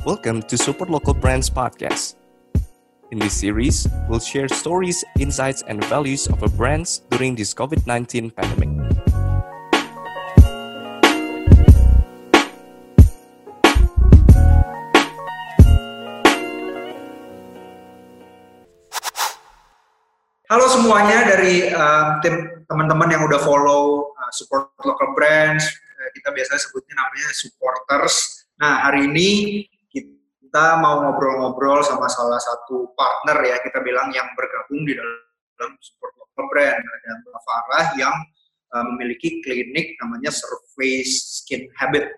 Welcome to Super Local Brands Podcast. In this series, we'll share stories, insights, and values of our brands during this COVID-19 pandemic. Halo semuanya dari tim teman-teman yang udah follow Support Local Brands, kita biasanya sebutnya namanya supporters. Nah, hari ini kita mau ngobrol-ngobrol sama salah satu partner ya, kita bilang yang bergabung di dalam Support Local Brand. Ada Mbak Farah yang memiliki klinik namanya Surface Skin Habit.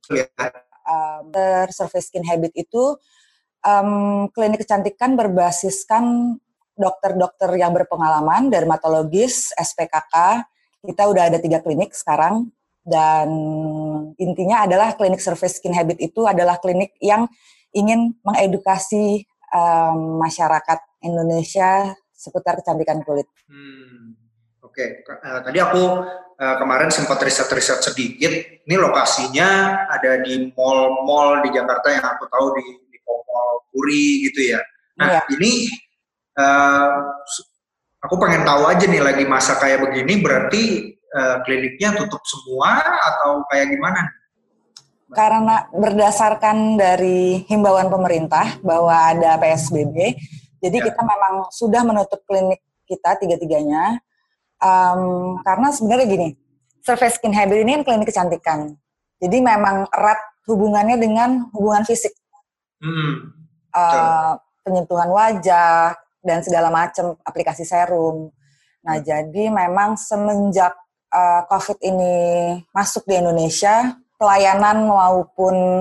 Surface Skin Habit itu klinik kecantikan berbasiskan dokter-dokter yang berpengalaman, dermatologis, SPKK. Kita udah ada 3 klinik sekarang, dan intinya adalah klinik Surface Skin Habit itu adalah klinik yang ingin mengedukasi masyarakat Indonesia seputar kecantikan kulit. Oke. Tadi aku kemarin sempat riset-riset sedikit. Ini lokasinya ada di mall-mall di Jakarta yang aku tahu di Mall Puri gitu ya. Nah, Ini aku pengen tahu aja nih, lagi masa kayak begini berarti kliniknya tutup semua atau kayak gimana? Karena berdasarkan dari himbauan pemerintah bahwa ada PSBB, jadi kita memang sudah menutup klinik kita 3-3-nya. Karena sebenarnya gini, Surface Skin Habit ini kan klinik kecantikan, jadi memang erat hubungannya dengan hubungan fisik, penyentuhan wajah dan segala macam, aplikasi serum. Nah, jadi memang semenjak COVID ini masuk di Indonesia, pelayanan maupun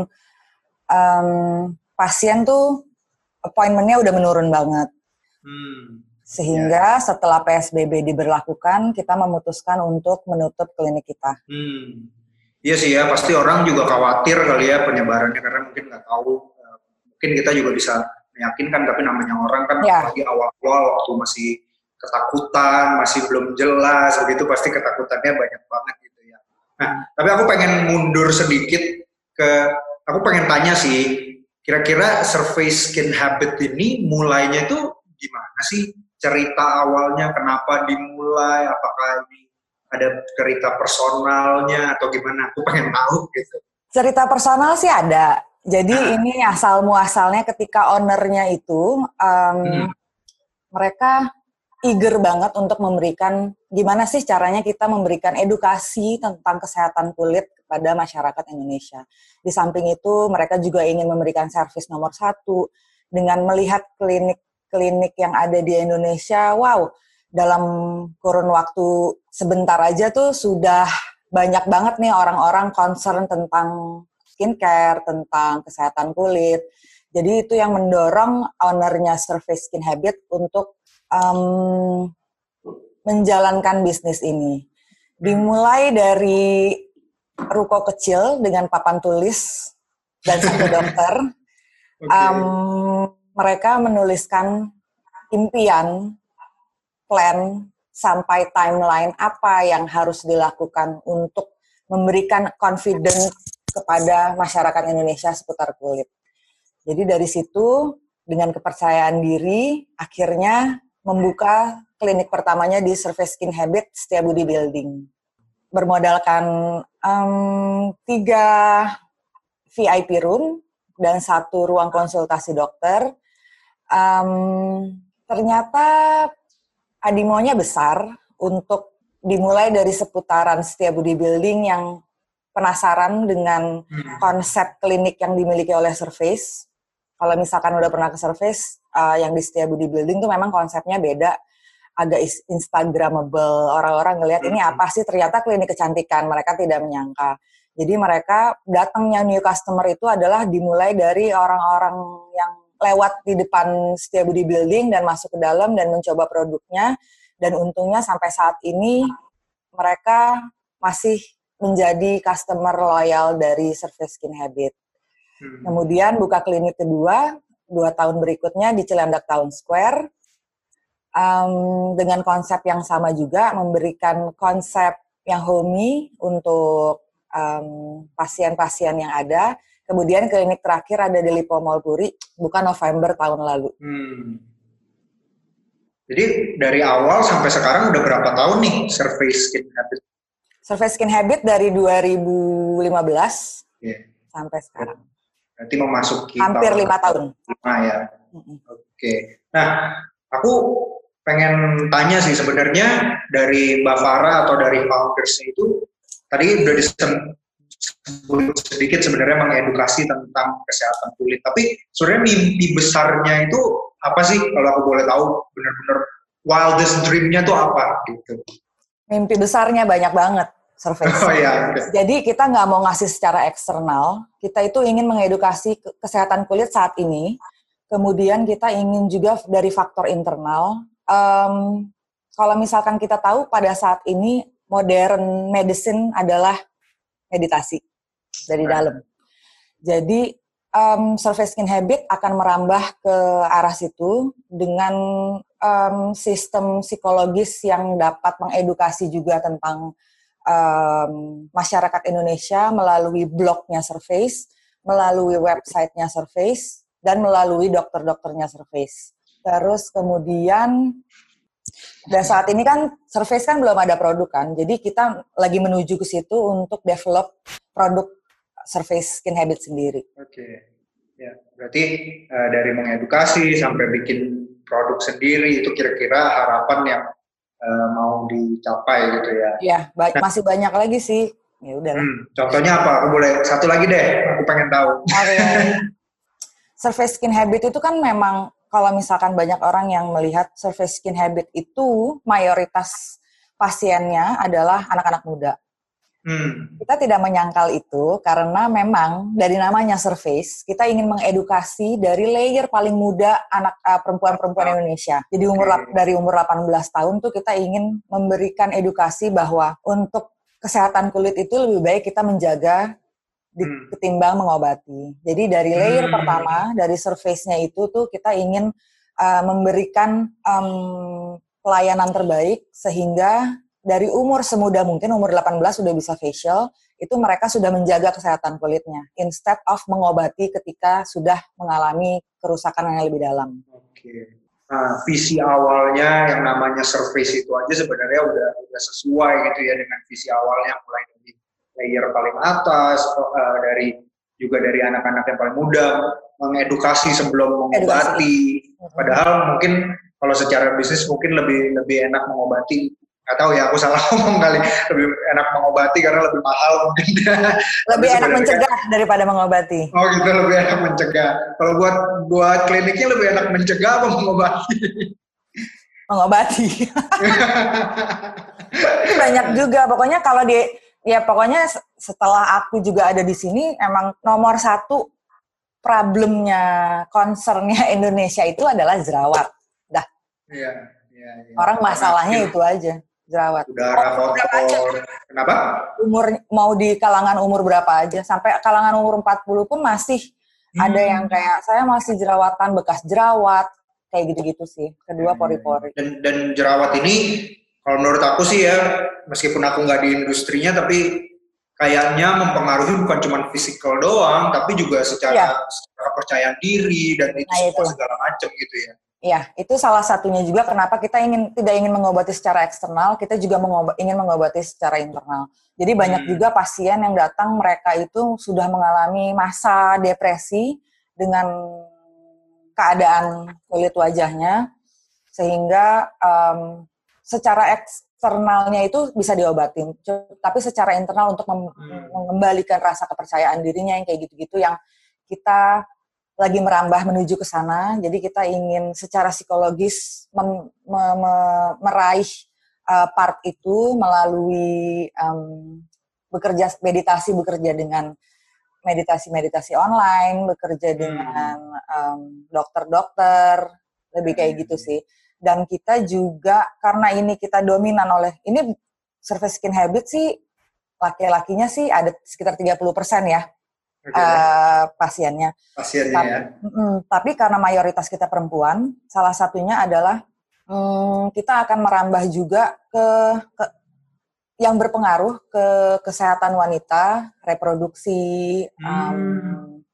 pasien tuh appointment-nya udah menurun banget. Sehingga setelah PSBB diberlakukan, kita memutuskan untuk menutup klinik kita. Iya sih ya, pasti orang juga khawatir kali ya penyebarannya, karena mungkin nggak tahu. Mungkin kita juga bisa meyakinkan, tapi namanya orang kan lagi awal-awal waktu masih ketakutan, masih belum jelas begitu, pasti ketakutannya banyak banget gitu ya. Nah, tapi aku pengen mundur sedikit aku pengen tanya sih, kira-kira Surface Skin Habit ini mulainya itu gimana sih? Cerita awalnya kenapa dimulai? Apakah ini ada cerita personalnya atau gimana? Aku pengen tahu gitu. Cerita personal sih ada. Jadi ini asal muasalnya ketika ownernya itu mereka eager banget untuk memberikan gimana sih caranya kita memberikan edukasi tentang kesehatan kulit kepada masyarakat Indonesia. Di samping itu mereka juga ingin memberikan servis nomor 1 dengan melihat klinik-klinik yang ada di Indonesia. Wow, dalam kurun waktu sebentar aja tuh sudah banyak banget nih orang-orang concern tentang skincare, tentang kesehatan kulit. Jadi itu yang mendorong ownernya Surface Skin Habit untuk menjalankan bisnis ini. Dimulai dari ruko kecil dengan papan tulis dan 1 dokter. Mereka menuliskan impian, plan, sampai timeline apa yang harus dilakukan untuk memberikan confidence kepada masyarakat Indonesia seputar kulit. Jadi dari situ, dengan kepercayaan diri, akhirnya membuka klinik pertamanya di Surface Skin Habit Setiabudi Building. Bermodalkan 3 VIP room dan 1 ruang konsultasi dokter. Ternyata animonya besar untuk dimulai dari seputaran Setiabudi Building yang penasaran dengan konsep klinik yang dimiliki oleh Surface. Kalau misalkan udah pernah ke Surface, yang di Setiabudi Building tuh memang konsepnya beda, agak instagramable. Orang-orang ngelihat ini apa sih, ternyata klinik kecantikan, mereka tidak menyangka. Jadi mereka datangnya new customer itu adalah dimulai dari orang-orang yang lewat di depan Setiabudi Building dan masuk ke dalam dan mencoba produknya. Dan untungnya sampai saat ini mereka masih menjadi customer loyal dari Surface Skin Habit. Kemudian buka klinik kedua 2 tahun berikutnya di Cilandak Town Square dengan konsep yang sama juga, memberikan konsep yang homey untuk pasien-pasien yang ada, Kemudian klinik terakhir ada di Lipo Mall Puri, bukan November tahun lalu. Jadi dari awal sampai sekarang udah berapa tahun nih Survey Skin Habit? Survey Skin Habit dari 2015 sampai sekarang. Berarti memasuki hampir 5 tahun. 5 ya. Oke. Nah, aku pengen tanya sih sebenarnya dari Mbak Farah atau dari foundersnya itu tadi udah disebut sedikit sebenarnya mengedukasi tentang kesehatan kulit. Tapi sebenarnya mimpi besarnya itu apa sih kalau aku boleh tahu benar-benar wildest dream-nya tuh apa gitu? Mimpi besarnya banyak banget, survei. Jadi kita nggak mau ngasih secara eksternal, kita itu ingin mengedukasi kesehatan kulit saat ini. Kemudian kita ingin juga dari faktor internal. Kalau misalkan kita tahu pada saat ini modern medicine adalah meditasi dari dalam. Jadi Survey Skin Habit akan merambah ke arah situ dengan sistem psikologis yang dapat mengedukasi juga tentang masyarakat Indonesia melalui blognya Surface, melalui websitenya Surface, dan melalui dokter-dokternya Surface. Terus kemudian, dan saat ini kan Surface kan belum ada produk kan, jadi kita lagi menuju ke situ untuk develop produk Surface Skin Habit sendiri. Oke, ya berarti dari mengedukasi sampai bikin produk sendiri itu kira-kira harapan yang mau dicapai gitu ya? Iya, masih banyak lagi sih. Ya udah. Contohnya apa? Aku boleh satu lagi deh. Aku pengen tahu. Survey Skin Habit itu kan memang kalau misalkan banyak orang yang melihat Survey Skin Habit itu mayoritas pasiennya adalah anak-anak muda. Kita tidak menyangkal itu karena memang dari namanya Surface, kita ingin mengedukasi dari layer paling muda anak perempuan-perempuan Indonesia. Jadi dari umur 18 tahun tuh kita ingin memberikan edukasi bahwa untuk kesehatan kulit itu lebih baik kita menjaga ketimbang mengobati. Jadi dari layer pertama, dari Surface-nya itu tuh kita ingin memberikan pelayanan terbaik sehingga dari umur semuda mungkin, umur 18 sudah bisa facial, itu mereka sudah menjaga kesehatan kulitnya, instead of mengobati ketika sudah mengalami kerusakan yang lebih dalam. Oke. Nah, visi awalnya yang namanya Surface itu aja sebenarnya udah sesuai gitu ya dengan visi awalnya, mulai dari layer paling atas, dari anak-anak yang paling muda, mengedukasi sebelum mengobati. Padahal mungkin kalau secara bisnis mungkin lebih enak mengobati. Nggak tahu ya, aku salah ngomong kali. Lebih enak mengobati karena lebih mahal mungkin. Lebih enak mencegah daripada mengobati. Oh gitu, lebih enak mencegah. Kalau buat kliniknya lebih enak mencegah apa mengobati? Mengobati. Itu banyak juga. Pokoknya kalau pokoknya setelah aku juga ada di sini, emang nomor satu problemnya, concernnya Indonesia itu adalah jerawat. Dah. Iya. Orang masalahnya itu aja. Jerawat. Udara kotor. Kenapa? Umur mau di kalangan umur berapa aja, sampai kalangan umur 40 pun masih ada yang kayak saya masih jerawatan, bekas jerawat, kayak gitu-gitu sih. Kedua pori-pori. Dan jerawat ini kalau menurut aku sih ya, meskipun aku nggak di industrinya, tapi kayaknya mempengaruhi bukan cuma fisikal doang, tapi juga secara kepercayaan diri dan itu semua segala macam gitu ya. Iya, itu salah satunya juga kenapa kita tidak ingin mengobati secara eksternal, kita juga ingin mengobati secara internal. Jadi banyak juga pasien yang datang, mereka itu sudah mengalami masa depresi dengan keadaan kulit wajahnya, sehingga secara eksternalnya itu bisa diobatin, tapi secara internal untuk mengembalikan rasa kepercayaan dirinya yang kayak gitu-gitu yang kita lagi merambah menuju ke sana. Jadi kita ingin secara psikologis meraih part itu melalui bekerja dengan meditasi online, bekerja dengan dokter-dokter, lebih kayak gitu sih. Dan kita juga karena ini kita dominan oleh ini Survey Skin Habit sih laki-lakinya sih ada sekitar 30% ya. Pasiennya ya. Tapi karena mayoritas kita perempuan, salah satunya adalah kita akan merambah juga ke yang berpengaruh ke kesehatan wanita, reproduksi,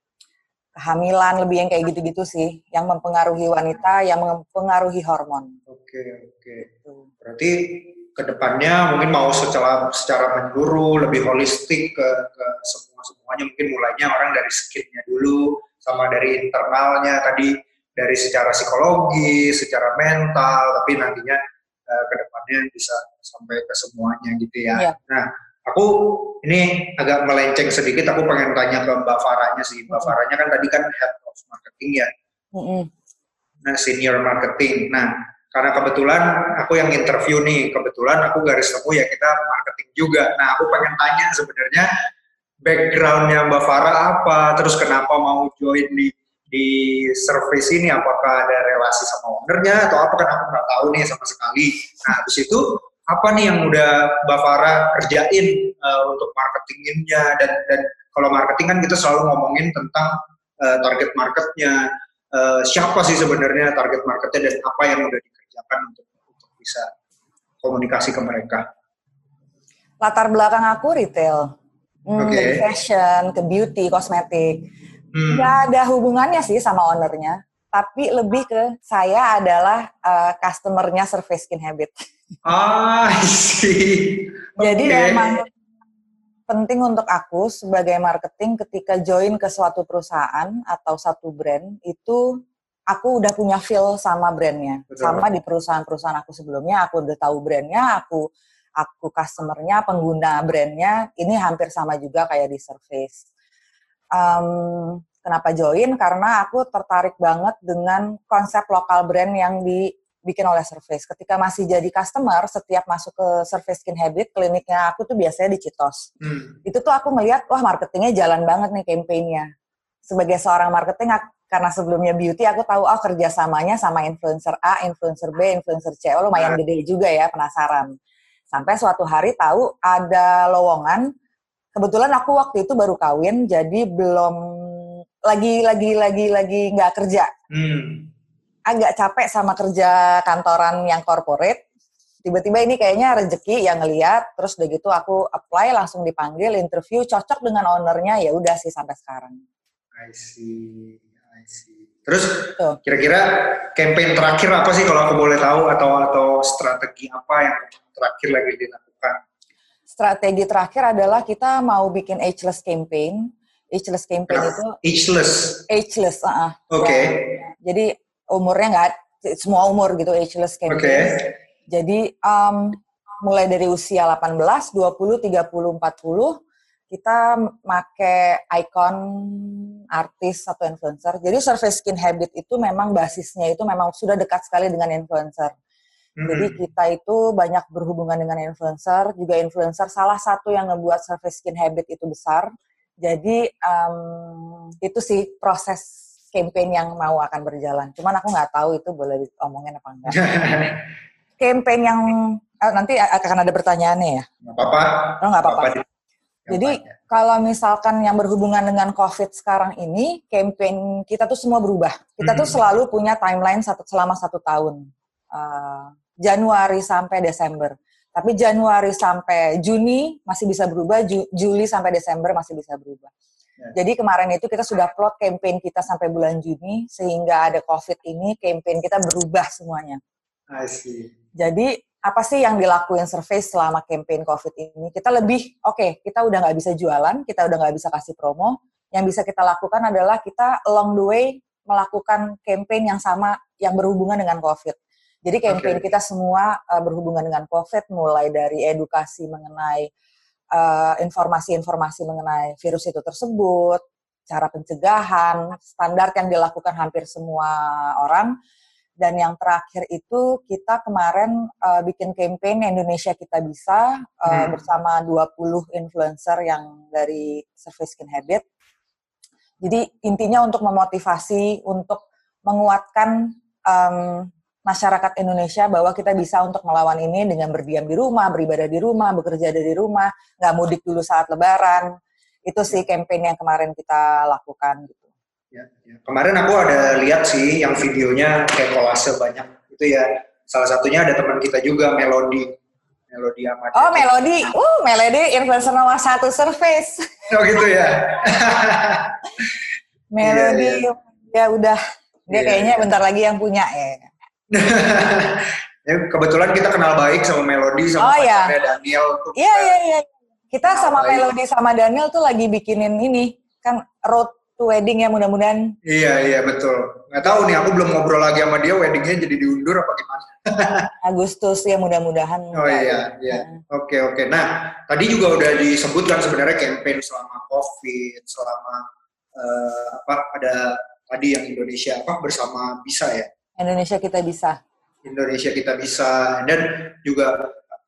kehamilan, lebih yang kayak gitu-gitu sih, yang mempengaruhi wanita, yang mempengaruhi hormon. Oke. Berarti kedepannya mungkin mau secara menyeluruh, lebih holistik ke semuanya, mungkin mulainya orang dari skinnya dulu, sama dari internalnya tadi, dari secara psikologi, secara mental, tapi nantinya kedepannya bisa sampai ke semuanya gitu ya. Yeah. Nah, aku ini agak melenceng sedikit, aku pengen tanya ke Mbak Farahnya sih. Mbak Farahnya kan tadi kan Head of Marketing ya, nah Senior Marketing. Nah, karena kebetulan aku yang interview nih, kebetulan aku garis temu ya kita marketing juga. Nah, aku pengen tanya sebenarnya background-nya Mbak Farah apa, terus kenapa mau join di service ini, apakah ada relasi sama ownernya atau apa, kan aku nggak tahu nih sama sekali. Nah, habis itu apa nih yang udah Mbak Farah kerjain untuk marketingnya, dan kalau marketing kan kita selalu ngomongin tentang target marketnya, siapa sih sebenarnya target marketnya dan apa yang udah dikerjakan untuk bisa komunikasi ke mereka. Latar belakang aku retail, dari fashion ke beauty, kosmetik. Nggak ada hubungannya sih sama ownernya, tapi lebih ke saya adalah customer-nya Survey Skin Habit. Sih. Jadi memang penting untuk aku sebagai marketing ketika join ke suatu perusahaan atau satu brand, itu aku udah punya feel sama brandnya. Betul. Sama di perusahaan-perusahaan aku sebelumnya, aku udah tahu brandnya, aku customer-nya, pengguna brandnya, ini hampir sama juga kayak di Surface. Kenapa join? Karena aku tertarik banget dengan konsep lokal brand yang dibikin oleh Surface. Ketika masih jadi customer, setiap masuk ke Surface Skin Habit, kliniknya aku tuh biasanya di Citos. Itu tuh aku ngeliat, wah marketingnya jalan banget nih campaign-nya. Sebagai seorang marketing, karena sebelumnya beauty, aku tahu kerjasamanya sama influencer A, influencer B, influencer C. Lumayan gede juga ya, penasaran. Sampai suatu hari tahu ada lowongan. Kebetulan aku waktu itu baru kawin, jadi belum lagi nggak kerja. Agak capek sama kerja kantoran yang corporate. Tiba-tiba ini kayaknya rezeki yang ngeliat, terus udah gitu aku apply, langsung dipanggil, interview, cocok dengan ownernya, ya udah sih sampai sekarang. I see. Terus kira-kira campaign terakhir apa sih kalau aku boleh tahu, atau strategi apa yang terakhir lagi dilakukan? Strategi terakhir adalah kita mau bikin ageless campaign. Ageless campaign itu ageless. Oke. Jadi umurnya nggak semua umur gitu, ageless campaign. Jadi mulai dari usia 18, 20, 30, 40 kita make icon artis atau influencer. Jadi Survey Skin Habit itu memang basisnya itu memang sudah dekat sekali dengan influencer. Jadi kita itu banyak berhubungan dengan influencer, juga influencer salah satu yang ngebuat Survey Skin Habit itu besar. Jadi itu sih proses campaign yang mau akan berjalan. Cuman aku nggak tahu itu boleh diomongin apa enggak. Campaign yang nanti akan ada pertanyaannya ya. Nggak apa-apa. Nggak apa-apa. Jadi kalau misalkan yang berhubungan dengan COVID sekarang ini, campaign kita tuh semua berubah. Kita tuh selalu punya timeline selama 1 tahun. Januari sampai Desember. Tapi Januari sampai Juni masih bisa berubah, Juli sampai Desember masih bisa berubah. Jadi kemarin itu kita sudah plot campaign kita sampai bulan Juni, sehingga ada COVID ini, campaign kita berubah semuanya. I see. Jadi apa sih yang dilakuin Surface selama campaign COVID ini? Kita lebih, kita udah nggak bisa jualan, kita udah nggak bisa kasih promo. Yang bisa kita lakukan adalah kita along the way melakukan campaign yang sama, yang berhubungan dengan COVID. Jadi campaign kita semua berhubungan dengan COVID, mulai dari edukasi mengenai informasi-informasi mengenai virus itu tersebut, cara pencegahan, standar yang dilakukan hampir semua orang. Dan yang terakhir itu kita kemarin bikin campaign Indonesia Kita Bisa bersama 20 influencer yang dari Survey Skin Habit. Jadi intinya untuk memotivasi, untuk menguatkan masyarakat Indonesia bahwa kita bisa untuk melawan ini dengan berdiam di rumah, beribadah di rumah, bekerja dari rumah, nggak mudik dulu saat Lebaran. Itu sih campaign yang kemarin kita lakukan gitu. Ya. Kemarin aku ada lihat sih yang videonya kayak kolase banyak itu ya. Salah satunya ada teman kita juga, Melody Ahmad. Oh, Melody. Melody influencer nomor 1 Surface. Oh gitu ya. Melody, ya udah. Dia kayaknya bentar lagi yang punya ya. Ya, kebetulan kita kenal baik sama Melody sama pacarnya Daniel. Iya. Kita sama baik. Melody sama Daniel tuh lagi bikinin ini kan road to wedding ya mudah-mudahan. Iya betul. Nggak tahu nih, aku belum ngobrol lagi sama dia, weddingnya jadi diundur apa gimana? Agustus ya mudah-mudahan. Oh iya. Oke. Nah tadi juga udah disebutkan sebenarnya campaign selama COVID, selama ada tadi yang Indonesia bersama bisa ya. Indonesia kita bisa dan juga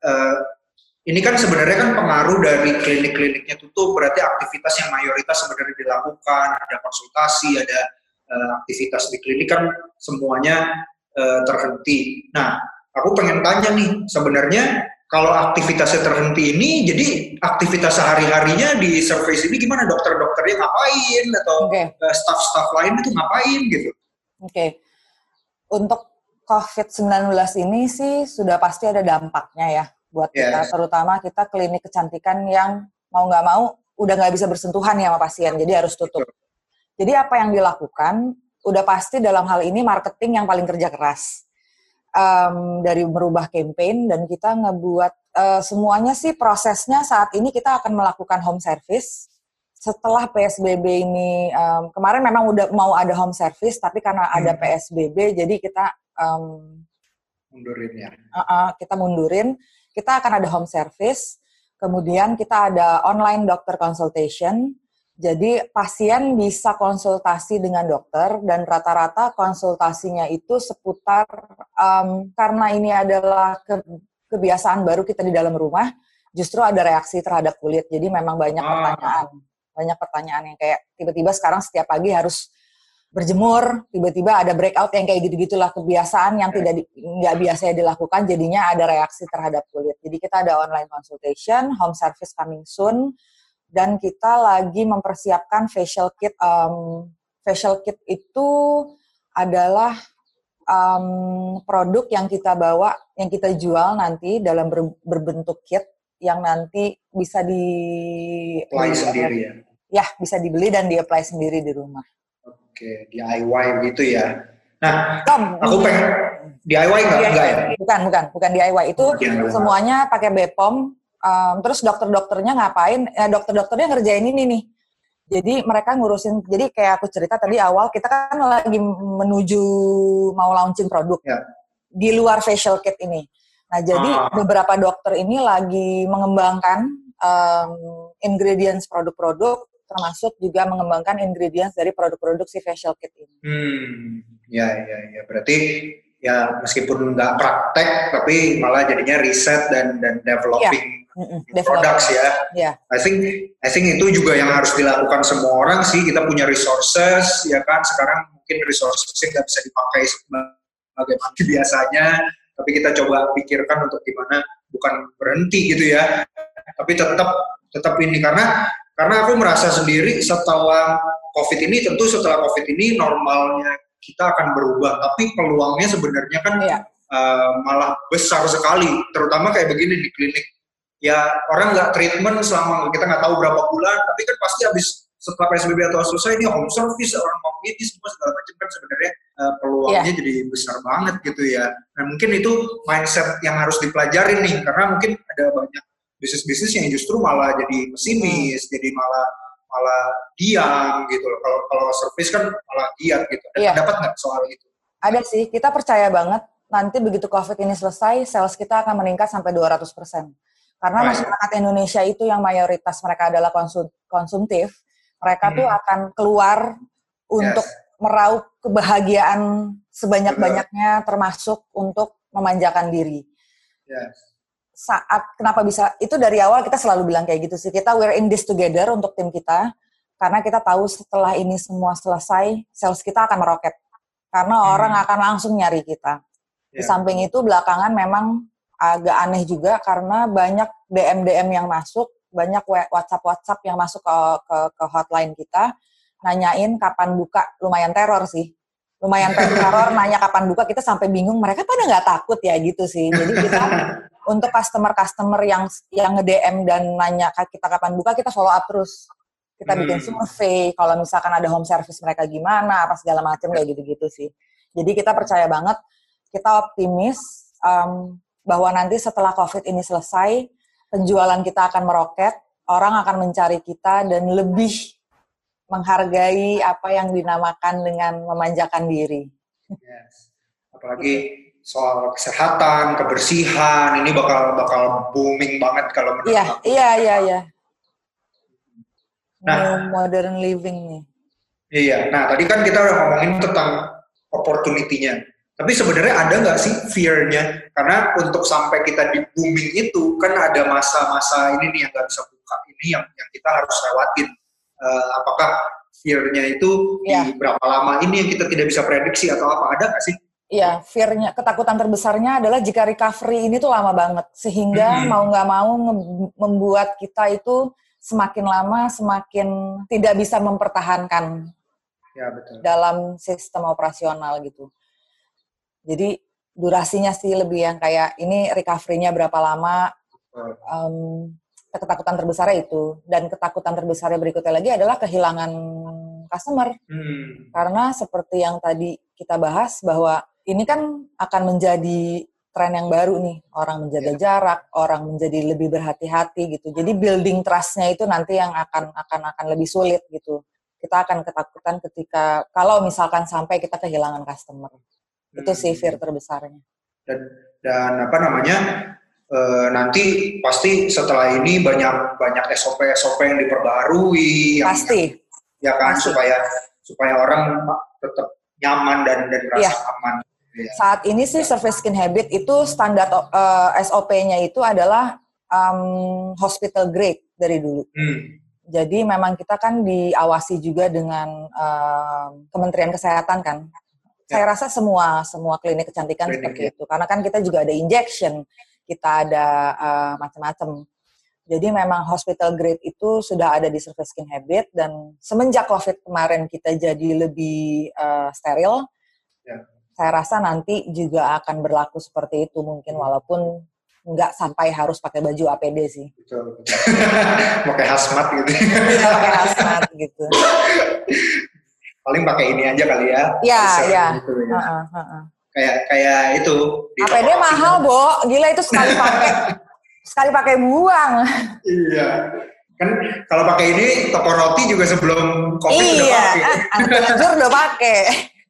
ini kan sebenarnya kan pengaruh dari klinik-kliniknya tutup, berarti aktivitas yang mayoritas sebenarnya dilakukan, ada konsultasi, ada aktivitas di klinik kan semuanya terhenti. Nah, aku pengen tanya nih, sebenarnya kalau aktivitasnya terhenti ini, jadi aktivitas sehari-harinya di service ini gimana? Dokter-dokternya ngapain atau staff-staff lain itu ngapain gitu? Oke. Untuk COVID-19 ini sih sudah pasti ada dampaknya ya buat kita, terutama kita klinik kecantikan yang mau nggak mau udah nggak bisa bersentuhan ya sama pasien, jadi harus tutup. Jadi apa yang dilakukan, udah pasti dalam hal ini marketing yang paling kerja keras. Dari merubah campaign dan kita ngebuat semuanya sih prosesnya saat ini kita akan melakukan home service. Setelah PSBB ini, kemarin memang udah mau ada home service, tapi karena ada PSBB jadi kita mundurin ya. Kita mundurin. Kita akan ada home service, kemudian kita ada online doctor consultation. Jadi pasien bisa konsultasi dengan dokter dan rata-rata konsultasinya itu seputar karena ini adalah kebiasaan baru kita di dalam rumah, justru ada reaksi terhadap kulit. Jadi memang banyak pertanyaan yang kayak tiba-tiba sekarang setiap pagi harus berjemur, tiba-tiba ada breakout yang kayak gitu-gitulah, kebiasaan yang nggak biasa dilakukan, jadinya ada reaksi terhadap kulit. Jadi kita ada online consultation, home service coming soon, dan kita lagi mempersiapkan facial kit. Facial kit itu adalah produk yang kita bawa, yang kita jual nanti dalam berbentuk kit yang nanti bisa di-apply sendiri ya? Ya, bisa dibeli dan di-apply sendiri di rumah. Oke, DIY gitu ya. Nah, aku pengen DIY enggak ya? Bukan DIY. Itu semuanya pakai BPOM. Terus dokter-dokternya ngapain? Dokter-dokternya ngerjain ini nih. Jadi mereka ngurusin. Jadi kayak aku cerita tadi awal, kita kan lagi menuju mau launching produk di luar facial kit ini. Nah, jadi beberapa dokter ini lagi mengembangkan ingredients produk-produk, termasuk juga mengembangkan ingredients dari produk-produk si facial kit ini. Ya. Berarti ya meskipun nggak praktek, tapi malah jadinya riset dan developing products ya. Yeah. I think itu juga yang harus dilakukan semua orang sih. Kita punya resources, ya kan. Sekarang mungkin resourcesnya nggak bisa dipakai sebagaimana biasanya, tapi kita coba pikirkan untuk gimana bukan berhenti gitu ya, tapi tetap ini karena aku merasa sendiri setelah COVID ini, tentu setelah COVID ini normalnya kita akan berubah, tapi peluangnya sebenarnya kan malah besar sekali, terutama kayak begini di klinik. Ya orang nggak treatment selama kita nggak tahu berapa bulan, tapi kan pasti habis setelah PSBB atau selesai dia home service, orang mau ini semua segala macam kan sebenarnya peluangnya jadi besar banget gitu ya. Nah mungkin itu mindset yang harus dipelajarin nih, karena mungkin ada banyak bisnis-bisnis yang justru malah jadi pesimis, jadi malah diam gitu loh. Kalau service kan malah giat gitu. Dapat nggak soal itu? Ada sih, kita percaya banget nanti begitu COVID ini selesai, sales kita akan meningkat sampai 200%. Karena masyarakat Indonesia itu yang mayoritas mereka adalah konsumtif, mereka tuh akan keluar untuk meraup kebahagiaan sebanyak-banyaknya, termasuk untuk memanjakan diri. Kenapa bisa, itu dari awal kita selalu bilang kayak gitu sih, kita we're in this together untuk tim kita, karena kita tahu setelah ini semua selesai, sales kita akan meroket, karena orang akan langsung nyari kita. Di samping itu belakangan memang agak aneh juga, karena banyak DM yang masuk, banyak WhatsApp yang masuk ke hotline kita, nanyain kapan buka, lumayan teror sih. Teror nanya kapan buka, kita sampai bingung, mereka pada nggak takut ya gitu sih. Jadi kita untuk customer yang nge-DM dan nanya kita kapan buka, kita follow up terus. kita bikin survei, kalau misalkan ada home service mereka gimana, apa segala macam kayak gitu-gitu sih. Jadi kita percaya banget, kita optimis bahwa nanti setelah COVID ini selesai, penjualan kita akan meroket, orang akan mencari kita dan lebih menghargai apa yang dinamakan dengan memanjakan diri. Yes. Apalagi soal kesehatan, kebersihan, ini bakal booming banget kalau menurut aku. Iya. Nah, modern living nih. Iya, nah tadi kan kita udah ngomongin tentang opportunity-nya. Tapi sebenarnya ada nggak sih fear-nya? Karena untuk sampai kita di booming itu, kan ada masa-masa ini nih yang nggak bisa buka, ini yang kita harus lewatin. Apakah fear-nya itu di berapa lama ini yang kita tidak bisa prediksi atau apa? Ada nggak sih? Iya, fear-nya, ketakutan terbesarnya adalah jika recovery ini tuh lama banget. Sehingga mau nggak mau membuat kita itu semakin lama semakin tidak bisa mempertahankan betul. Dalam sistem operasional gitu. Jadi durasinya sih lebih yang kayak ini recovery-nya berapa lama, ketakutan terbesarnya itu. Dan ketakutan terbesarnya berikutnya lagi adalah kehilangan customer. Karena seperti yang tadi kita bahas bahwa ini kan akan menjadi tren yang baru nih, orang menjaga jarak, orang menjadi lebih berhati-hati gitu. Jadi building trust-nya itu nanti yang akan lebih sulit gitu. Kita akan ketakutan ketika kalau misalkan sampai kita kehilangan customer. Itu sih fear terbesarnya. Dan apa namanya? Nanti pasti setelah ini banyak SOP yang diperbarui. Pasti. Ya kan pasti. supaya orang tetap nyaman dan merasa aman. Ya. Saat ini sih Surface Skin Habit itu standar SOP-nya itu adalah hospital grade dari dulu. Jadi memang kita kan diawasi juga dengan Kementerian Kesehatan kan. Saya rasa semua klinik kecantikan seperti itu. Karena kan kita juga ada injection, kita ada macam-macam. Jadi memang hospital grade itu sudah ada di Surface Skin Habit dan semenjak COVID kemarin kita jadi lebih steril. Saya rasa nanti juga akan berlaku seperti itu mungkin walaupun nggak sampai harus pakai baju APD sih. Betul. Pakai hazmat gitu. Iya, pakai hazmat gitu. Paling pakai ini aja kali ya. Iya. Gitu ya. Kayak itu. APD mahal, Bo. Gila itu sekali pakai buang. Iya. Kan kalau pakai ini toko roti juga sebelum COVID udah pakai. Anjur udah pakai.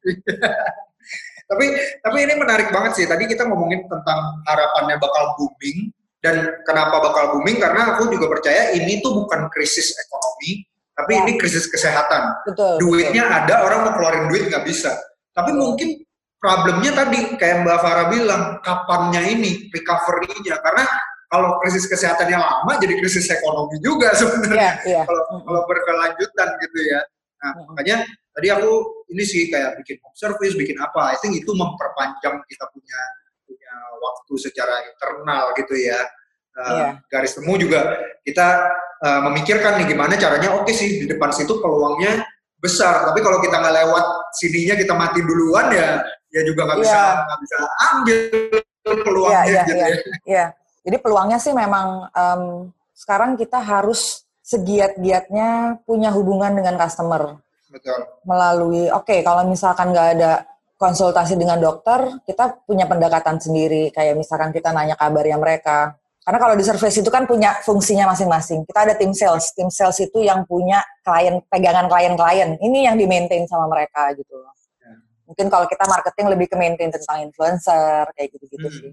Tapi ini menarik banget sih. Tadi kita ngomongin tentang harapannya bakal booming. Dan kenapa bakal booming? Karena aku juga percaya ini tuh bukan krisis ekonomi, tapi ini krisis kesehatan. Duitnya ada, orang mau keluarin duit nggak bisa. Tapi mungkin problemnya tadi, kayak Mbak Farah bilang, kapannya ini, recovery-nya. Karena kalau krisis kesehatannya lama, jadi krisis ekonomi juga sebenarnya. Kalau berkelanjutan gitu ya. Nah, makanya tadi aku ini sih kayak bikin home service, bikin apa. I think itu memperpanjang kita punya waktu secara internal gitu ya. Garis temu juga kita memikirkan nih gimana caranya. Oke sih di depan situ peluangnya besar, tapi kalau kita nggak lewat sininya kita mati duluan ya juga nggak bisa ambil peluangnya gitu ya. Jadi peluangnya sih memang sekarang kita harus segiat-giatnya punya hubungan dengan customer. Betul. Melalui, kalau misalkan nggak ada konsultasi dengan dokter, kita punya pendekatan sendiri. Kayak misalkan kita nanya kabarnya mereka. Karena kalau di service itu kan punya fungsinya masing-masing. Kita ada tim sales. Tim sales itu yang punya pegangan klien-klien. Ini yang di-maintain sama mereka gitu. Mungkin kalau kita marketing lebih ke maintain tentang influencer, kayak gitu-gitu sih.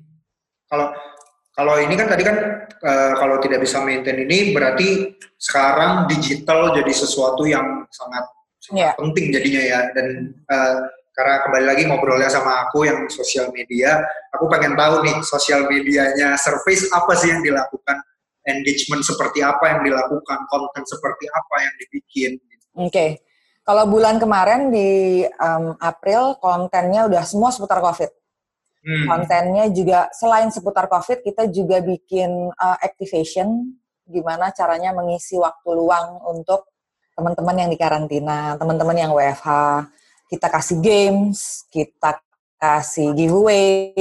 Kalau ini kan tadi kan kalau tidak bisa maintain ini berarti sekarang digital jadi sesuatu yang sangat penting jadinya ya. Dan karena kembali lagi ngobrolnya sama aku yang sosial media, aku pengen tahu nih sosial medianya Surface apa sih yang dilakukan, engagement seperti apa yang dilakukan, konten seperti apa yang dibikin. Oke. Kalau bulan kemarin di April kontennya udah semua seputar COVID. Kontennya juga selain seputar COVID, kita juga bikin activation, gimana caranya mengisi waktu luang untuk teman-teman yang di karantina, teman-teman yang WFH. Kita kasih games, kita kasih giveaway,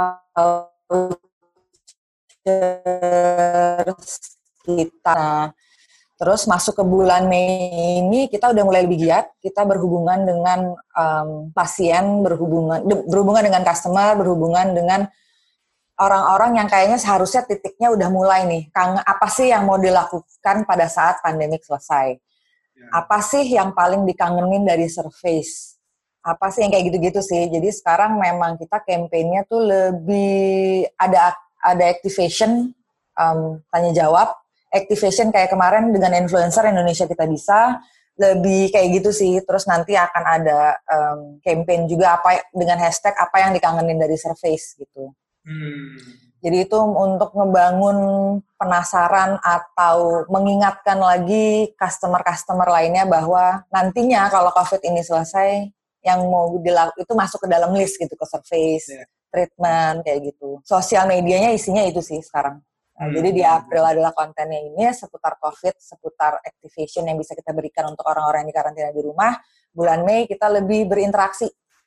kita Terus masuk ke bulan Mei ini kita udah mulai lebih giat, kita berhubungan dengan pasien, berhubungan dengan customer, berhubungan dengan orang-orang yang kayaknya seharusnya titiknya udah mulai nih. Apa sih yang mau dilakukan pada saat pandemik selesai? Apa sih yang paling dikangenin dari Surface? Apa sih yang kayak gitu-gitu sih. Jadi sekarang memang kita campaign-nya tuh lebih ada activation, tanya jawab, activation kayak kemarin dengan influencer Indonesia Kita Bisa, lebih kayak gitu sih. Terus nanti akan ada campaign juga dengan hashtag apa yang dikangenin dari Surface gitu. Jadi itu untuk ngebangun penasaran atau mengingatkan lagi customer-customer lainnya bahwa nantinya kalau COVID ini selesai, yang mau itu masuk ke dalam list gitu, ke Surface, treatment kayak gitu. Sosial medianya isinya itu sih sekarang. Jadi di April adalah kontennya ini seputar COVID, seputar activation yang bisa kita berikan untuk orang-orang yang dikarantina di rumah. Bulan Mei kita lebih berinteraksi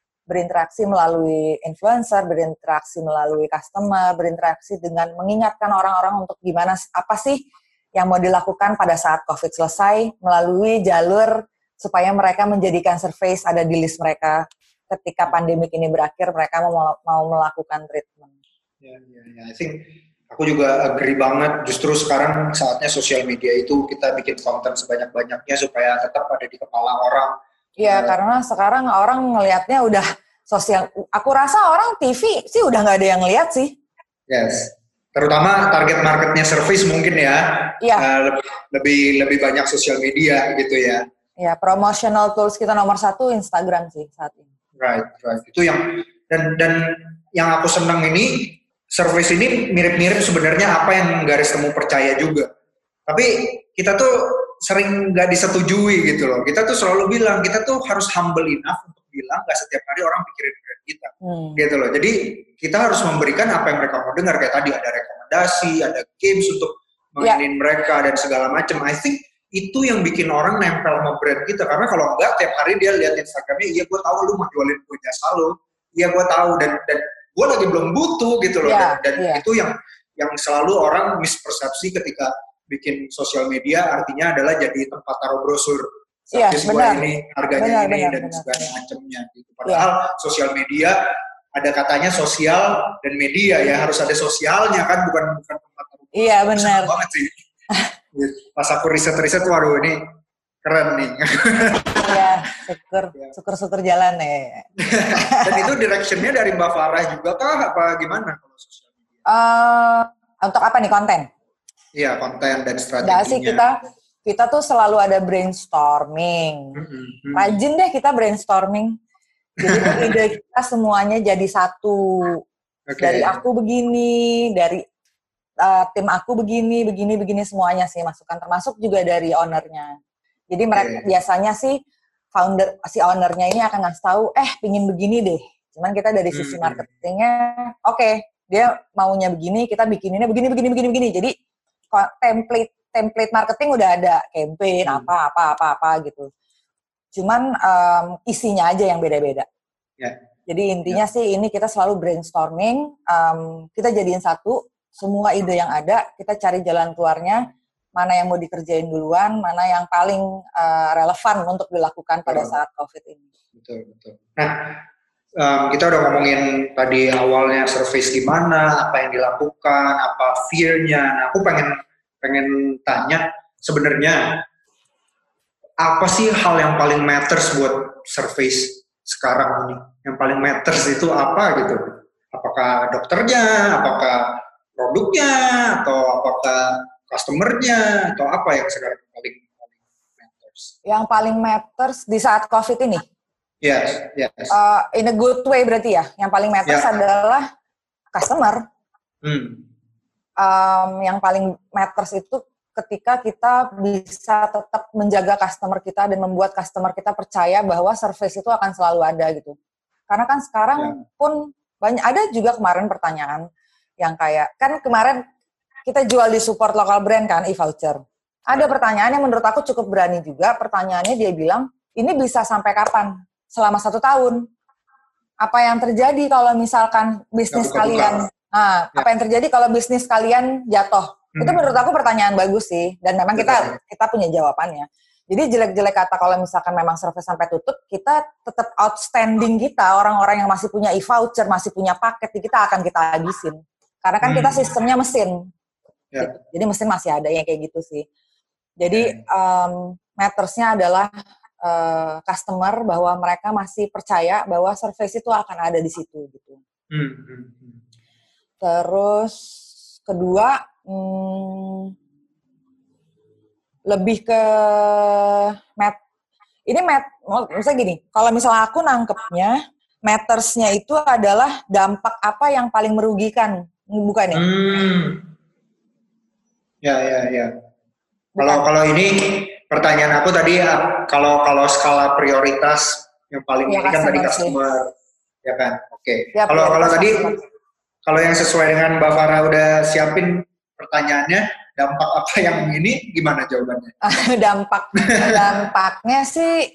melalui influencer, berinteraksi melalui customer, berinteraksi dengan mengingatkan orang-orang untuk apa sih yang mau dilakukan pada saat COVID selesai melalui jalur supaya mereka menjadikan Surface ada di list mereka ketika pandemik ini berakhir, mereka mau melakukan treatment. I think aku juga agree banget, justru sekarang saatnya sosial media itu kita bikin konten sebanyak-banyaknya supaya tetap ada di kepala orang. Iya, karena sekarang orang ngelihatnya udah sosial, aku rasa orang TV sih udah nggak ada yang lihat sih. Yes, terutama target marketnya Surface mungkin ya, lebih banyak sosial media gitu ya. Ya, promotional tools kita nomor 1 Instagram sih saat ini. Right. Itu yang, dan yang aku senang ini, Surface ini mirip-mirip sebenarnya apa yang garis temu percaya juga. Tapi kita tuh sering nggak disetujui gitu loh. Kita tuh selalu bilang, kita tuh harus humble enough untuk bilang nggak setiap hari orang pikirin brand kita. Gitu loh. Jadi kita harus memberikan apa yang mereka mau dengar. Kayak tadi ada rekomendasi, ada games untuk mainin mereka dan segala macam. I think itu yang bikin orang nempel sama brand kita. Karena kalau enggak, tiap hari dia lihat Instagramnya, iya gue tahu lu mau jualin gue jasa lu. Iya gue tahu, dan gue lagi belum butuh gitu loh. Dan itu yang selalu orang mispersepsi ketika bikin sosial media, artinya adalah jadi tempat taruh brosur. Servis gue ini, harganya dan segala macamnya. Gitu. Padahal sosial media, ada katanya sosial dan media ya, harus ada sosialnya kan, bukan tempat taruh brosur. Iya benar. Banget sih. Pas aku riset, waduh ini keren nih. Iya, syukur jalan ya. Dan itu directionnya dari Mbak Farah juga kah? Apa gimana kalau sosial media? Untuk apa nih, konten? Iya, konten dan strateginya. Nggak sih, kita tuh selalu ada brainstorming. Rajin deh kita brainstorming. Jadi ide kita semuanya jadi satu. Dari aku begini, dari tim aku begini semuanya sih masukan, termasuk juga dari ownernya. Jadi mereka biasanya sih si ownernya ini akan ngasih tahu, pingin begini deh. Cuman kita dari sisi marketingnya, dia maunya begini, kita bikininnya begini. Jadi template marketing udah ada, campaign apa gitu. Cuman isinya aja yang beda-beda. Jadi intinya sih ini kita selalu brainstorming, kita jadiin satu. Semua ide yang ada, kita cari jalan keluarnya, mana yang mau dikerjain duluan, mana yang paling relevan untuk dilakukan pada saat COVID ini. Betul. Nah, kita udah ngomongin tadi awalnya Surface gimana, apa yang dilakukan, apa fear-nya. Nah, aku pengen tanya, sebenarnya apa sih hal yang paling matters buat Surface sekarang ini? Yang paling matters itu apa gitu? Apakah dokternya, apakah produknya, atau apakah customer-nya, atau apa yang sekarang paling matters? Yang paling matters di saat COVID ini? Yes. In a good way berarti ya? Yang paling matters adalah customer. Yang paling matters itu ketika kita bisa tetap menjaga customer kita dan membuat customer kita percaya bahwa service itu akan selalu ada gitu. Karena kan sekarang pun banyak, ada juga kemarin pertanyaan yang kayak, kan kemarin kita jual di support lokal brand kan, e-voucher. Ada pertanyaan yang menurut aku cukup berani juga, pertanyaannya dia bilang, ini bisa sampai kapan? Selama 1 tahun. Apa yang terjadi kalau misalkan bisnis kalian, apa yang terjadi kalau bisnis kalian jatuh? Itu menurut aku pertanyaan bagus sih, dan memang kita punya jawabannya. Jadi jelek-jelek kata kalau misalkan memang service sampai tutup, kita tetap outstanding kita, orang-orang yang masih punya e-voucher, masih punya paket, kita akan kita habisin. Karena kan kita sistemnya mesin. Gitu. Jadi mesin masih ada yang kayak gitu sih. Jadi mattersnya adalah customer, bahwa mereka masih percaya bahwa service itu akan ada di situ gitu. Terus kedua, lebih ke misalnya gini, kalau misalnya aku nangkepnya, mattersnya itu adalah dampak apa yang paling merugikan, bukan ya? Ya. Kalau ini pertanyaan aku tadi, kalau skala prioritas yang paling ini kan tadi customer, ya kan? Oke. Kalau tadi, kalau yang sesuai dengan Mbak Farah udah siapin pertanyaannya, dampak apa yang ini, gimana jawabannya? Dampaknya sih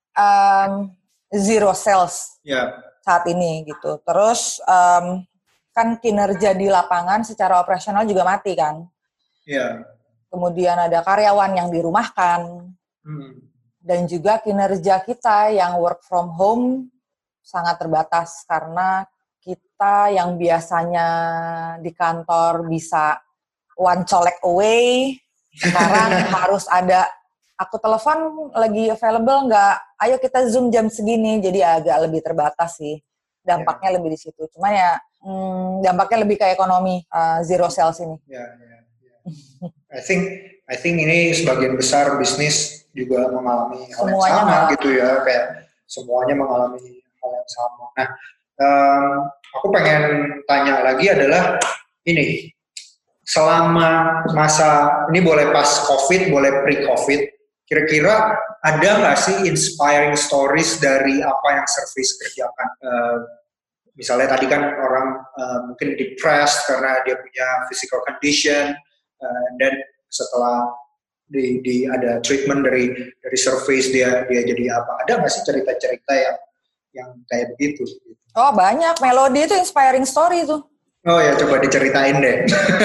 zero sales saat ini gitu. Terus kan kinerja di lapangan secara operasional juga mati kan. Iya. Kemudian ada karyawan yang dirumahkan. Dan juga kinerja kita yang work from home sangat terbatas karena kita yang biasanya di kantor bisa one colek away, sekarang harus ada, aku telepon lagi available nggak, ayo kita Zoom jam segini, jadi agak lebih terbatas sih. Dampaknya lebih di situ. Cuman ya dampaknya lebih ke ekonomi, zero sales ini. I think ini sebagian besar bisnis juga mengalami hal yang sama gitu ya, kayak semuanya mengalami hal yang sama. Nah, aku pengen tanya lagi adalah ini, selama masa ini, boleh pas COVID, boleh pre-COVID, kira-kira ada nggak sih inspiring stories dari apa yang service kerjakan? Misalnya tadi kan orang mungkin depressed karena dia punya physical condition, dan setelah ada treatment dari service dia jadi apa? Ada nggak sih cerita-cerita yang kayak begitu? Oh banyak, Melody itu inspiring story tuh. Oh ya, coba diceritain deh.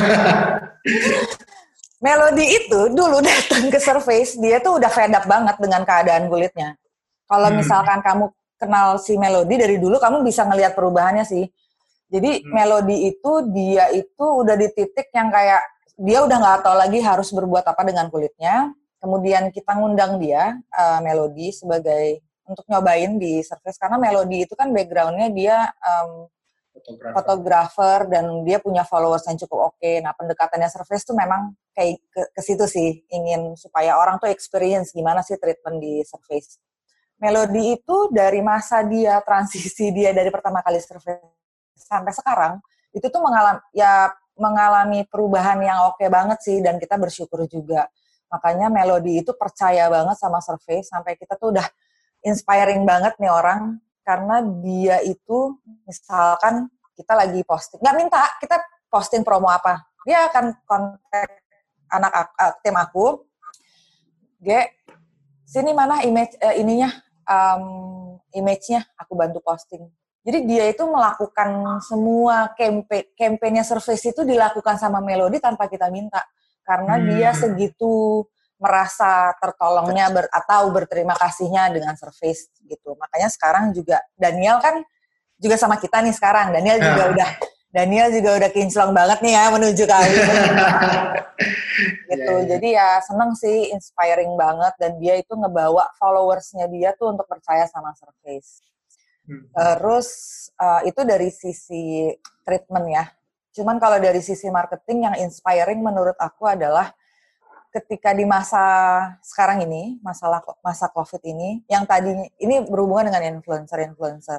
Melody itu dulu datang ke Surface, dia tuh udah fed up banget dengan keadaan kulitnya. Kalau misalkan kamu kenal si Melody dari dulu, kamu bisa ngelihat perubahannya sih. Jadi Melody itu, dia itu udah di titik yang kayak, dia udah nggak tahu lagi harus berbuat apa dengan kulitnya. Kemudian kita ngundang dia, Melody, sebagai untuk nyobain di Surface, karena Melody itu kan background-nya dia fotografer dan dia punya followers yang cukup oke. Nah, pendekatannya Surface tuh memang kayak ke situ sih, ingin supaya orang tuh experience gimana sih treatment di Surface. Melody itu dari masa dia transisi dia dari pertama kali Surface sampai sekarang itu tuh mengalami perubahan yang oke banget sih, dan kita bersyukur juga. Makanya Melody itu percaya banget sama Surface, sampai kita tuh udah inspiring banget nih orang, karena dia itu misalkan kita lagi posting, nggak minta kita posting promo apa, dia akan kontak tim aku, sini mana image-nya, aku bantu posting. Jadi dia itu melakukan semua campaign-nya Surface itu dilakukan sama Melody tanpa kita minta, karena dia segitu merasa tertolongnya atau berterima kasihnya dengan Surface gitu. Makanya sekarang juga Daniel kan juga sama kita nih sekarang. Daniel juga udah kinclong banget nih ya menuju ke akhir. Gitu. Jadi ya seneng sih, inspiring banget, dan dia itu ngebawa followersnya dia tuh untuk percaya sama Surface. Terus itu dari sisi treatment ya. Cuman kalau dari sisi marketing yang inspiring menurut aku adalah ketika di masa sekarang ini, masa COVID ini, yang tadinya ini berhubungan dengan influencer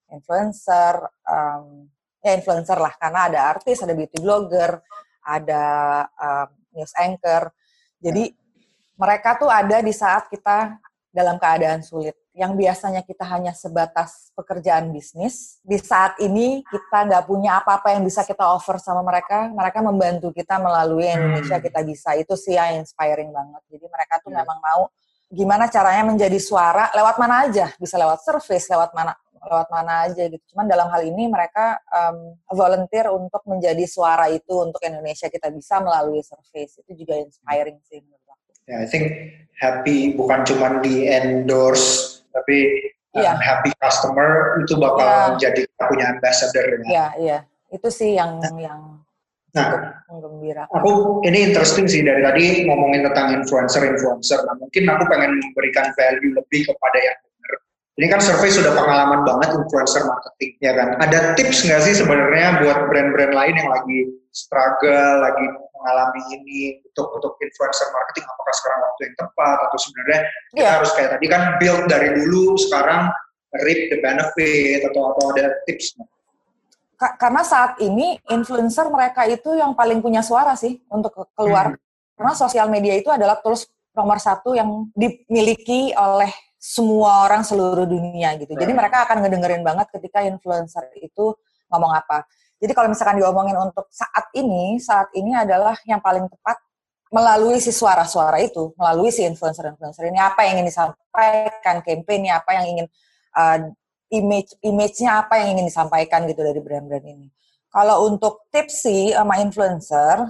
lah, karena ada artis, ada beauty blogger, ada news anchor. Jadi mereka tuh ada di saat kita dalam keadaan sulit. Yang biasanya kita hanya sebatas pekerjaan bisnis, di saat ini kita nggak punya apa-apa yang bisa kita offer sama mereka. Mereka membantu kita melalui Indonesia Kita Bisa. Itu sih yang inspiring banget. Jadi mereka tuh memang mau gimana caranya menjadi suara lewat mana aja. Bisa lewat Surface, lewat mana, lewat mana aja gitu. Cuman dalam hal ini mereka volunteer untuk menjadi suara itu untuk Indonesia kita bisa melalui Surface. Itu juga inspiring sih menurut aku. I think happy bukan cuma di endorse, tapi happy customer itu bakal jadi punya ambassador. Iya. Itu sih yang menggembirakan. Aku ini interesting sih dari tadi ngomongin tentang influencer. Nah mungkin aku pengen memberikan value lebih kepada yang benar. Ini kan Survey sudah pengalaman banget influencer marketing, ya kan? Ada tips nggak sih sebenarnya buat brand-brand lain yang lagi struggle, lagi mengalami ini untuk influencer marketing? Apakah sekarang waktu yang tepat atau sebenarnya kita harus kayak tadi kan build dari dulu, sekarang reap the benefit atau ada tipsnya? Karena saat ini influencer mereka itu yang paling punya suara sih untuk keluar. Karena sosial media itu adalah tools nomor 1 yang dimiliki oleh semua orang seluruh dunia gitu. Jadi mereka akan ngedengerin banget ketika influencer itu ngomong apa. Jadi kalau misalkan diomongin untuk saat ini adalah yang paling tepat melalui si suara-suara itu, melalui si influencer-influencer ini, apa yang ingin disampaikan, campaign-nya, apa yang ingin image-nya apa yang ingin disampaikan gitu dari brand-brand ini. Kalau untuk tips sih sama influencer,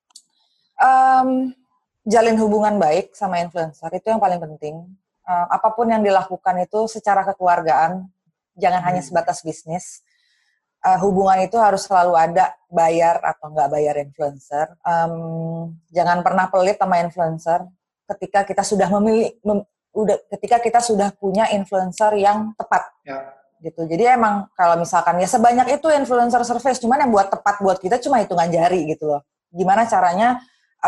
jalin hubungan baik sama influencer, itu yang paling penting. Apapun yang dilakukan itu secara kekeluargaan, jangan hanya sebatas bisnis. Hubungan itu harus selalu ada, bayar atau nggak bayar influencer. Jangan pernah pelit sama influencer ketika kita sudah ketika kita sudah punya influencer yang tepat. Gitu. Jadi emang kalau misalkan ya sebanyak itu influencer Surface, cuman yang buat tepat buat kita cuma hitungan jari gitu loh. Gimana caranya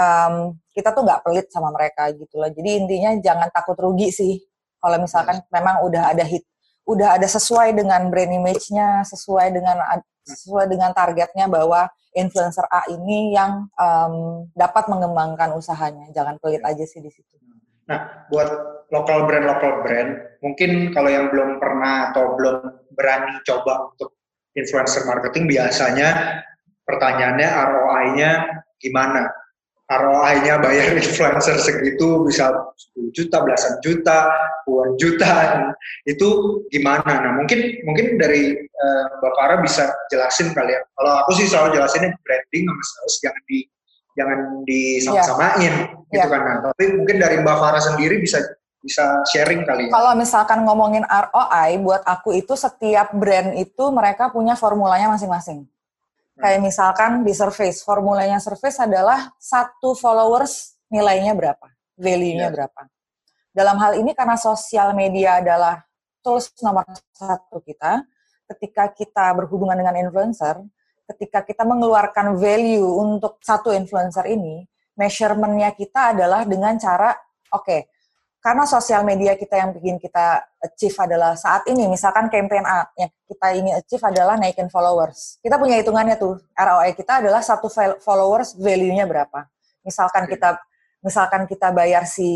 kita tuh nggak pelit sama mereka gitu loh. Jadi intinya jangan takut rugi sih. Kalau misalkan memang udah ada sesuai dengan brand image-nya, sesuai dengan targetnya bahwa influencer A ini yang dapat mengembangkan usahanya. Jangan pelit aja sih di situ. Nah, buat local brand, mungkin kalau yang belum pernah atau belum berani coba untuk influencer marketing, biasanya pertanyaannya ROI-nya gimana? ROI-nya bayar influencer segitu bisa 10 juta, belasan juta, puluhan juta, itu gimana? Nah, mungkin dari Mbak Farah bisa jelasin kali ya. Kalau aku sih selalu jelasinnya branding sama sales jangan disama-samain gitu kan. Nah, tapi mungkin dari Mbak Farah sendiri bisa sharing kali ya. Kalau misalkan ngomongin ROI, buat aku itu setiap brand itu mereka punya formulanya masing-masing. Kayak misalkan di Surface, formulanya Surface adalah 1 followers nilainya berapa, value-nya berapa. Dalam hal ini karena sosial media adalah tools nomor 1 kita, ketika kita berhubungan dengan influencer, ketika kita mengeluarkan value untuk 1 influencer ini, measurement-nya kita adalah dengan cara, karena sosial media kita yang bikin kita achieve adalah saat ini, misalkan campaign A yang kita ingin achieve adalah naikin followers. Kita punya hitungannya tuh, ROI kita adalah 1 followers value-nya berapa. Misalkan kita bayar si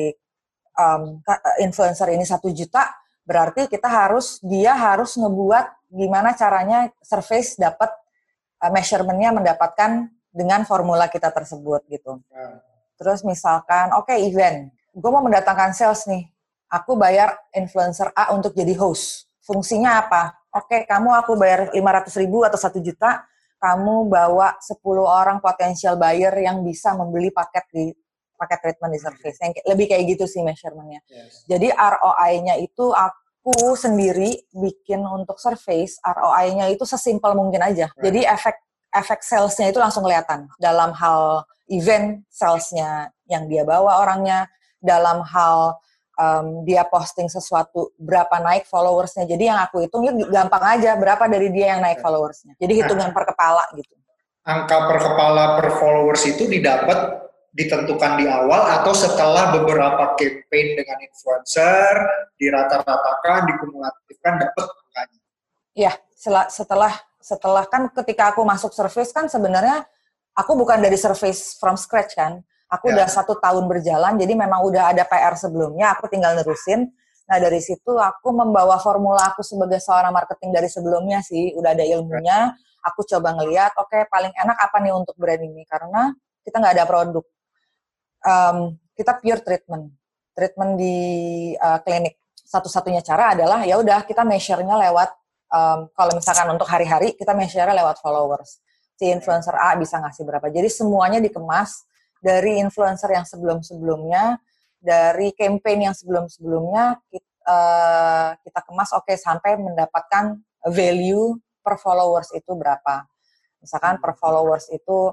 influencer ini 1 juta, berarti dia harus ngebuat gimana caranya Surface dapat measurement-nya mendapatkan dengan formula kita tersebut gitu. Terus misalkan, event. Gue mau mendatangkan sales nih, aku bayar influencer A untuk jadi host. Fungsinya apa? Kamu aku bayar 500.000 atau 1 juta, kamu bawa 10 orang potensial buyer yang bisa membeli paket treatment di Surface. Yang lebih kayak gitu sih measurement-nya. Jadi ROI-nya itu aku sendiri bikin untuk Surface, ROI-nya itu sesimpel mungkin aja. Jadi efek sales-nya itu langsung kelihatan. Dalam hal event, sales-nya yang dia bawa orangnya, dalam hal dia posting sesuatu, berapa naik followersnya. Jadi yang aku hitungnya gampang aja, berapa dari dia yang naik followersnya. Jadi hitungan per kepala gitu. Angka per kepala per followers itu ditentukan di awal atau setelah beberapa campaign dengan influencer, dirata-ratakan, dikumulatifkan, dapat angkanya? Iya, setelah kan ketika aku masuk Surface kan sebenarnya aku bukan dari Surface from scratch kan. Aku udah 1 tahun berjalan, jadi memang udah ada PR sebelumnya, aku tinggal nerusin. Nah dari situ aku membawa formula aku sebagai seorang marketing dari sebelumnya sih, udah ada ilmunya. Aku coba ngeliat, paling enak apa nih untuk brand ini, karena kita nggak ada produk. Kita pure treatment di klinik. satu-satunya cara adalah ya udah kita measure-nya lewat kalau misalkan untuk hari-hari kita measure-nya lewat followers. Si influencer A bisa ngasih berapa. Jadi semuanya dikemas dari influencer yang sebelum-sebelumnya, dari campaign yang sebelum-sebelumnya kita kemas sampai mendapatkan value per followers itu berapa. Misalkan per followers itu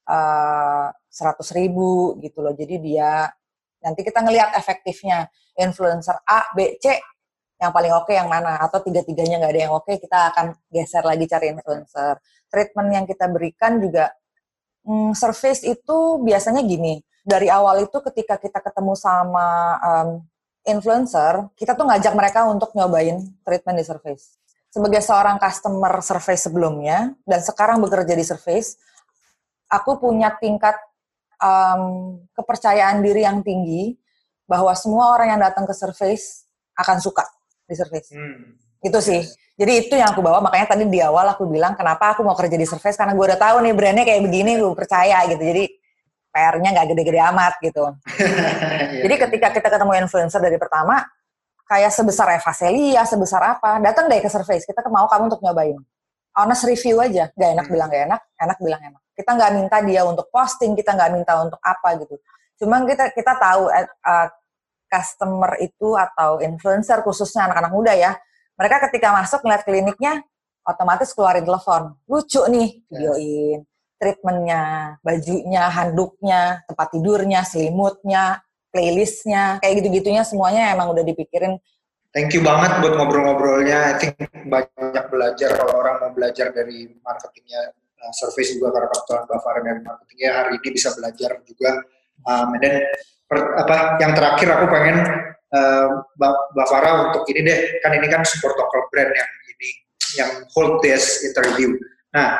100.000 gitu loh. Jadi dia nanti kita ngelihat efektifnya influencer A, B, C yang paling oke yang mana, atau tiga-tiganya nggak ada yang oke, kita akan geser lagi cari influencer. Treatment yang kita berikan juga surface itu biasanya gini, dari awal itu ketika kita ketemu sama influencer, kita tuh ngajak mereka untuk nyobain treatment di surface. Sebagai seorang customer surface sebelumnya dan sekarang bekerja di surface, aku punya tingkat kepercayaan diri yang tinggi bahwa semua orang yang datang ke surface akan suka di surface. Itu sih. Jadi itu yang aku bawa, makanya tadi di awal aku bilang kenapa aku mau kerja di surface, karena gue udah tahu nih brandnya kayak begini, gue percaya gitu. Jadi PR-nya nggak gede-gede amat gitu. Jadi ketika kita ketemu influencer dari pertama, kayak sebesar Eva Celia, sebesar apa, datang deh ke surface, kita mau kamu untuk nyobain. Honest review aja, gak enak bilang gak enak, enak bilang enak. Kita nggak minta dia untuk posting, kita nggak minta untuk apa gitu. Cuma kita tahu customer itu atau influencer khususnya anak-anak muda ya, mereka ketika masuk ngeliat kliniknya otomatis keluarin telepon, lucu nih, videoin treatmentnya, bajunya, handuknya, tempat tidurnya, selimutnya, playlistnya, kayak gitu-gitunya semuanya emang udah dipikirin. Thank you banget buat ngobrol-ngobrolnya. I think banyak belajar kalau orang mau belajar dari marketingnya Surface juga, karena kebetulan Mbak Farah dari marketingnya hari ini bisa belajar juga. Dan yang terakhir aku pengen Mbak Farah untuk ini deh, kan ini kan support local brand yang hold this interview. Nah,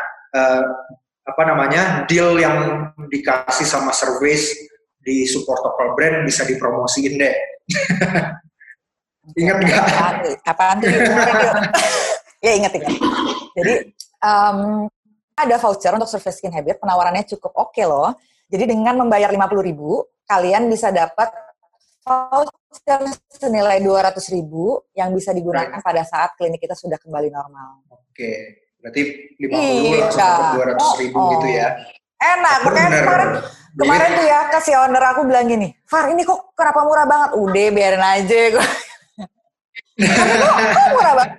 deal yang dikasih sama Surface di support local brand bisa dipromosiin deh. Ingat nggak? Apaan tuh? Ya ingat. Jadi ada voucher untuk Surface Skin Habit, penawarannya cukup oke loh. Jadi dengan membayar 50.000, kalian bisa dapat voucher senilai 200.000 yang bisa digunakan pada saat klinik kita sudah kembali normal. Oke, berarti 50 langsung dapat 200.000 gitu ya. Enak, makanya kemarin tuh ya kasih owner aku bilang gini, Far ini kok kenapa murah banget? Udah biarin aja. Kok murah banget?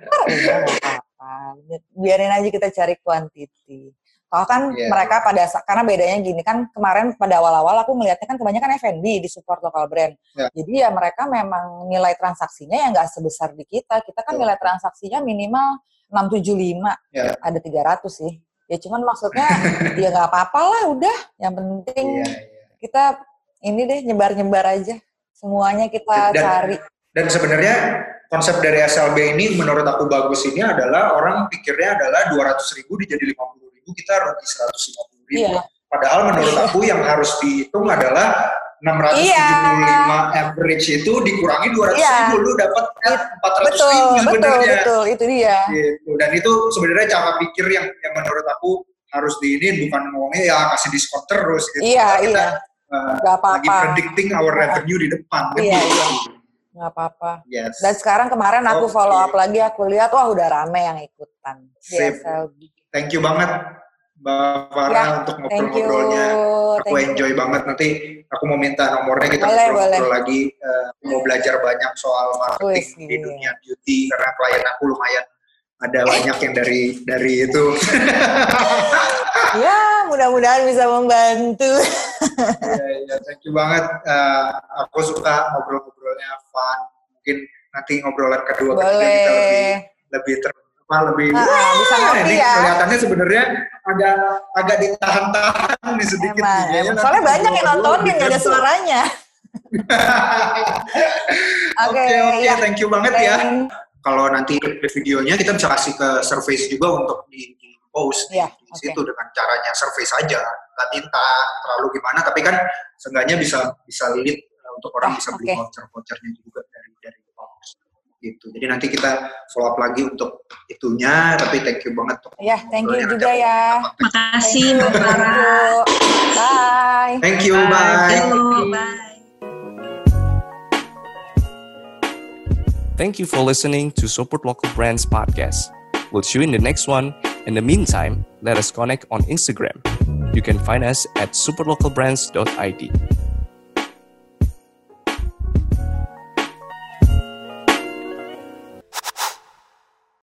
Biarin aja kita cari quantity. Kalau kan mereka karena bedanya gini kan, kemarin pada awal-awal aku melihatnya kan kebanyakan F&B di support local brand. Jadi ya mereka memang nilai transaksinya yang nggak sebesar di kita. Kita kan nilai transaksinya minimal 675, ada 300 sih. Ya cuman maksudnya ya nggak apa-apa lah, udah. Yang penting kita ini deh nyebar-nyebar aja. Semuanya kita cari. Dan sebenarnya konsep dari SLB ini menurut aku bagus ini adalah orang pikirnya adalah 200.000 dijadi 50.000, kita rugi 150.000. Padahal menurut aku yang harus dihitung adalah 675 average itu dikurangi 200.000, lu dapat 400.000 sebenarnya. Betul, itu dia. Gitu. Dan itu sebenarnya cara pikir yang menurut aku harus diinin, bukan ngomongnya ya kasih diskon terus gitu. Kita lagi predicting our revenue di depan. Iya. Nggak apa-apa. Yes. Dan sekarang kemarin aku follow up lagi, aku lihat wah udah rame yang ikutan. Thank you banget Mbak Farah untuk ngobrol-ngobrolnya. Aku enjoy banget. Nanti aku mau minta nomornya, kita ngobrol lagi. Mau belajar banyak soal marketing di dunia beauty, karena klien aku lumayan ada banyak yang dari itu. Ya, mudah-mudahan bisa membantu. Ya, thank you banget. Aku suka ngobrol-ngobrolnya fun. Mungkin nanti ngobrolan kedua kita lebih bisa ngerti ya. Kelihatannya sebenarnya agak ditahan-tahan nih sedikit. Soalnya banyak yang nontonin, nggak ada suaranya. Oke, thank you banget ya. Kalau nanti videonya kita bisa kasih ke Surface juga untuk di post di situ dengan caranya Surface aja, nggak minta terlalu gimana, tapi kan seenggaknya bisa lead untuk orang bisa beli voucher-vouchernya juga dari post gitu. Jadi nanti kita follow up lagi untuk itunya, tapi thank you banget. Thank you juga ya. Makasih Mbak Farah. Bye. Thank you, bye. Bye. Thank you for listening to Support Local Brands Podcast. We'll see you in the next one. In the meantime, let us connect on Instagram. You can find us at supportlocalbrands.id.